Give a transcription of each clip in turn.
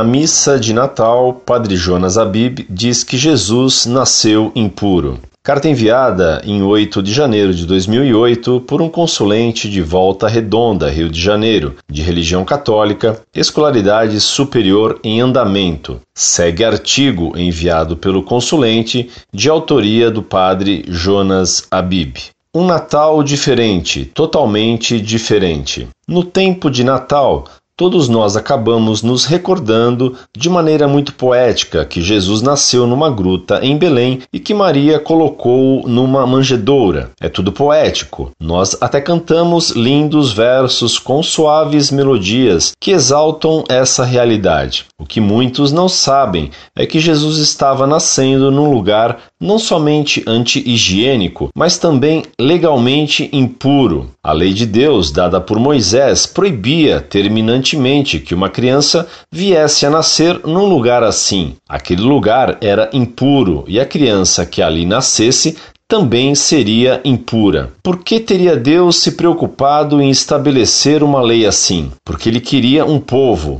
Na missa de Natal, Padre Jonas Habib diz que Jesus nasceu impuro. Carta enviada em 8 de janeiro de 2008 por um consulente de Volta Redonda, Rio de Janeiro, de religião católica, escolaridade superior em andamento. Segue artigo enviado pelo consulente, de autoria do Padre Jonas Habib. Um Natal diferente, totalmente diferente. No tempo de Natal, todos nós acabamos nos recordando de maneira muito poética que Jesus nasceu numa gruta em Belém e que Maria colocou numa manjedoura. É tudo poético. Nós até cantamos lindos versos com suaves melodias que exaltam essa realidade. O que muitos não sabem é que Jesus estava nascendo num lugar não somente anti-higiênico, mas também legalmente impuro. A lei de Deus, dada por Moisés, proibia terminantemente que uma criança viesse a nascer num lugar assim. Aquele lugar era impuro e a criança que ali nascesse também seria impura. Por que teria Deus se preocupado em estabelecer uma lei assim? Porque ele queria um povo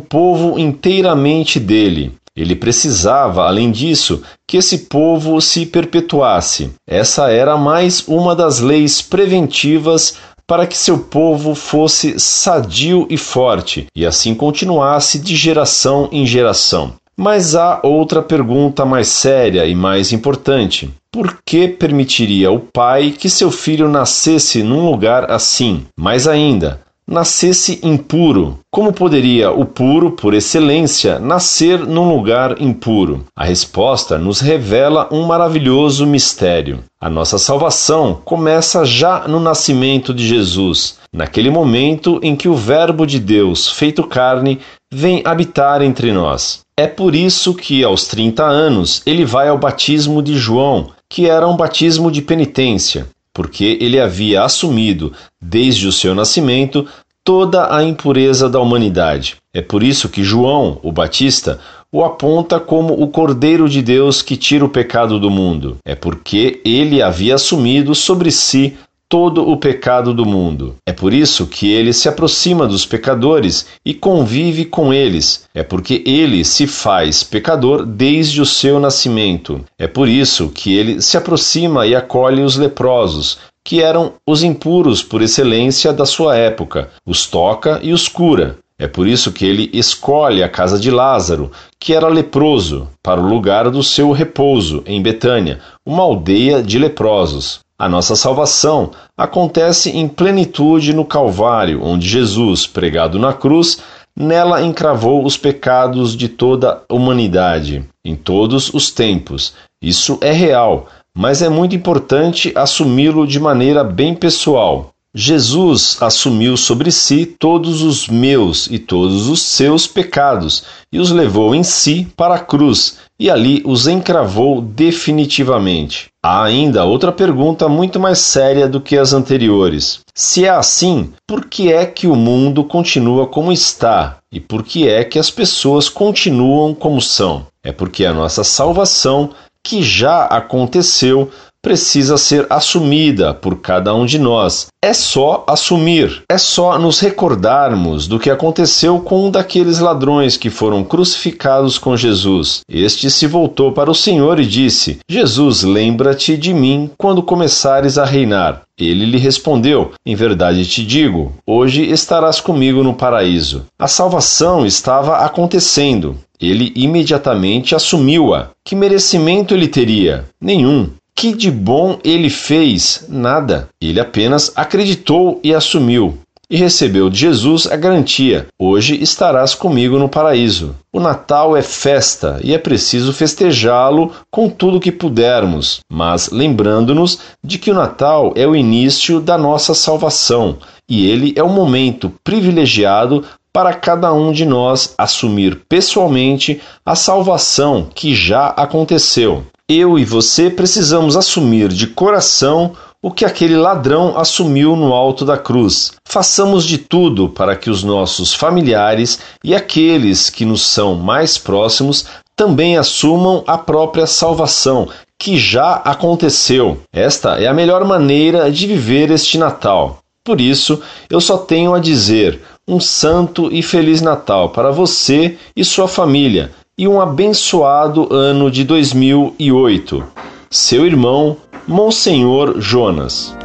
inteiramente dele. Ele precisava, além disso, que esse povo se perpetuasse. Essa era mais uma das leis preventivas para que seu povo fosse sadio e forte, e assim continuasse de geração em geração. Mas há outra pergunta mais séria e mais importante. Por que permitiria o pai que seu filho nascesse num lugar assim? Mais ainda, nascesse impuro. Como poderia o puro, por excelência, nascer num lugar impuro? A resposta nos revela um maravilhoso mistério. A nossa salvação começa já no nascimento de Jesus, naquele momento em que o Verbo de Deus, feito carne, vem habitar entre nós. É por isso que, aos 30 anos, ele vai ao batismo de João, que era um batismo de penitência, porque ele havia assumido, desde o seu nascimento, toda a impureza da humanidade. É por isso que João, o Batista, o aponta como o Cordeiro de Deus que tira o pecado do mundo. É porque ele havia assumido sobre si todo o pecado do mundo. É por isso que ele se aproxima dos pecadores e convive com eles. É porque ele se faz pecador desde o seu nascimento. É por isso que ele se aproxima e acolhe os leprosos, que eram os impuros por excelência da sua época, os toca e os cura. É por isso que ele escolhe a casa de Lázaro, que era leproso, para o lugar do seu repouso, em Betânia, uma aldeia de leprosos. A nossa salvação acontece em plenitude no Calvário, onde Jesus, pregado na cruz, nela encravou os pecados de toda a humanidade, em todos os tempos. Isso é real, mas é muito importante assumi-lo de maneira bem pessoal. Jesus assumiu sobre si todos os meus e todos os seus pecados e os levou em si para a cruz e ali os encravou definitivamente. Há ainda outra pergunta muito mais séria do que as anteriores. Se é assim, por que é que o mundo continua como está? E por que é que as pessoas continuam como são? É porque a nossa salvação, que já aconteceu, precisa ser assumida por cada um de nós. É só assumir, é só nos recordarmos do que aconteceu com um daqueles ladrões que foram crucificados com Jesus. Este se voltou para o Senhor e disse: Jesus, lembra-te de mim quando começares a reinar. Ele lhe respondeu: em verdade te digo, hoje estarás comigo no paraíso. A salvação estava acontecendo. Ele imediatamente assumiu-a. Que merecimento ele teria? Nenhum. Que de bom ele fez? Nada. Ele apenas acreditou e assumiu. E recebeu de Jesus a garantia: hoje estarás comigo no paraíso. O Natal é festa e é preciso festejá-lo com tudo que pudermos, mas lembrando-nos de que o Natal é o início da nossa salvação e ele é o momento privilegiado para cada um de nós assumir pessoalmente a salvação que já aconteceu. Eu e você precisamos assumir de coração o que aquele ladrão assumiu no alto da cruz. Façamos de tudo para que os nossos familiares e aqueles que nos são mais próximos também assumam a própria salvação, que já aconteceu. Esta é a melhor maneira de viver este Natal. Por isso, eu só tenho a dizer: um santo e feliz Natal para você e sua família e um abençoado ano de 2008. Seu irmão, Monsenhor Jonas.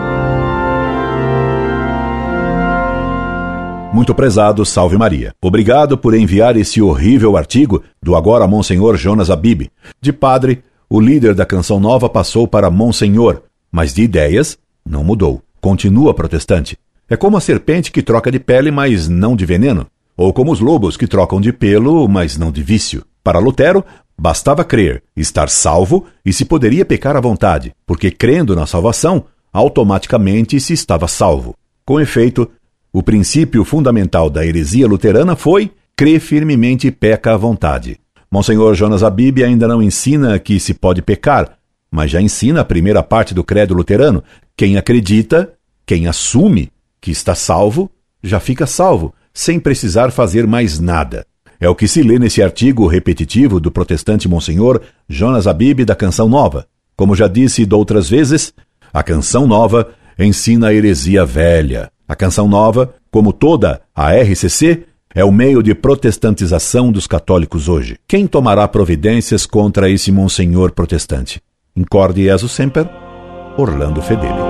Muito prezado, salve Maria. Obrigado por enviar esse horrível artigo do agora Monsenhor Jonas Abib. De padre, o líder da Canção Nova passou para Monsenhor, mas de ideias não mudou. Continua protestante. É como a serpente que troca de pele, mas não de veneno. Ou como os lobos que trocam de pelo, mas não de vício. Para Lutero, bastava crer, estar salvo e se poderia pecar à vontade, porque crendo na salvação, automaticamente se estava salvo. Com efeito, o princípio fundamental da heresia luterana foi crê firmemente e peca à vontade. Monsenhor Jonas Abib ainda não ensina que se pode pecar, mas já ensina a primeira parte do credo luterano. Quem acredita, quem assume que está salvo, já fica salvo, sem precisar fazer mais nada. É o que se lê nesse artigo repetitivo do protestante Monsenhor Jonas Abib da Canção Nova. Como já disse doutras vezes, a Canção Nova ensina a heresia velha. A Canção Nova, como toda a RCC, é o meio de protestantização dos católicos hoje. Quem tomará providências contra esse monsenhor protestante? Incorde Jesus Semper, Orlando Fedeli.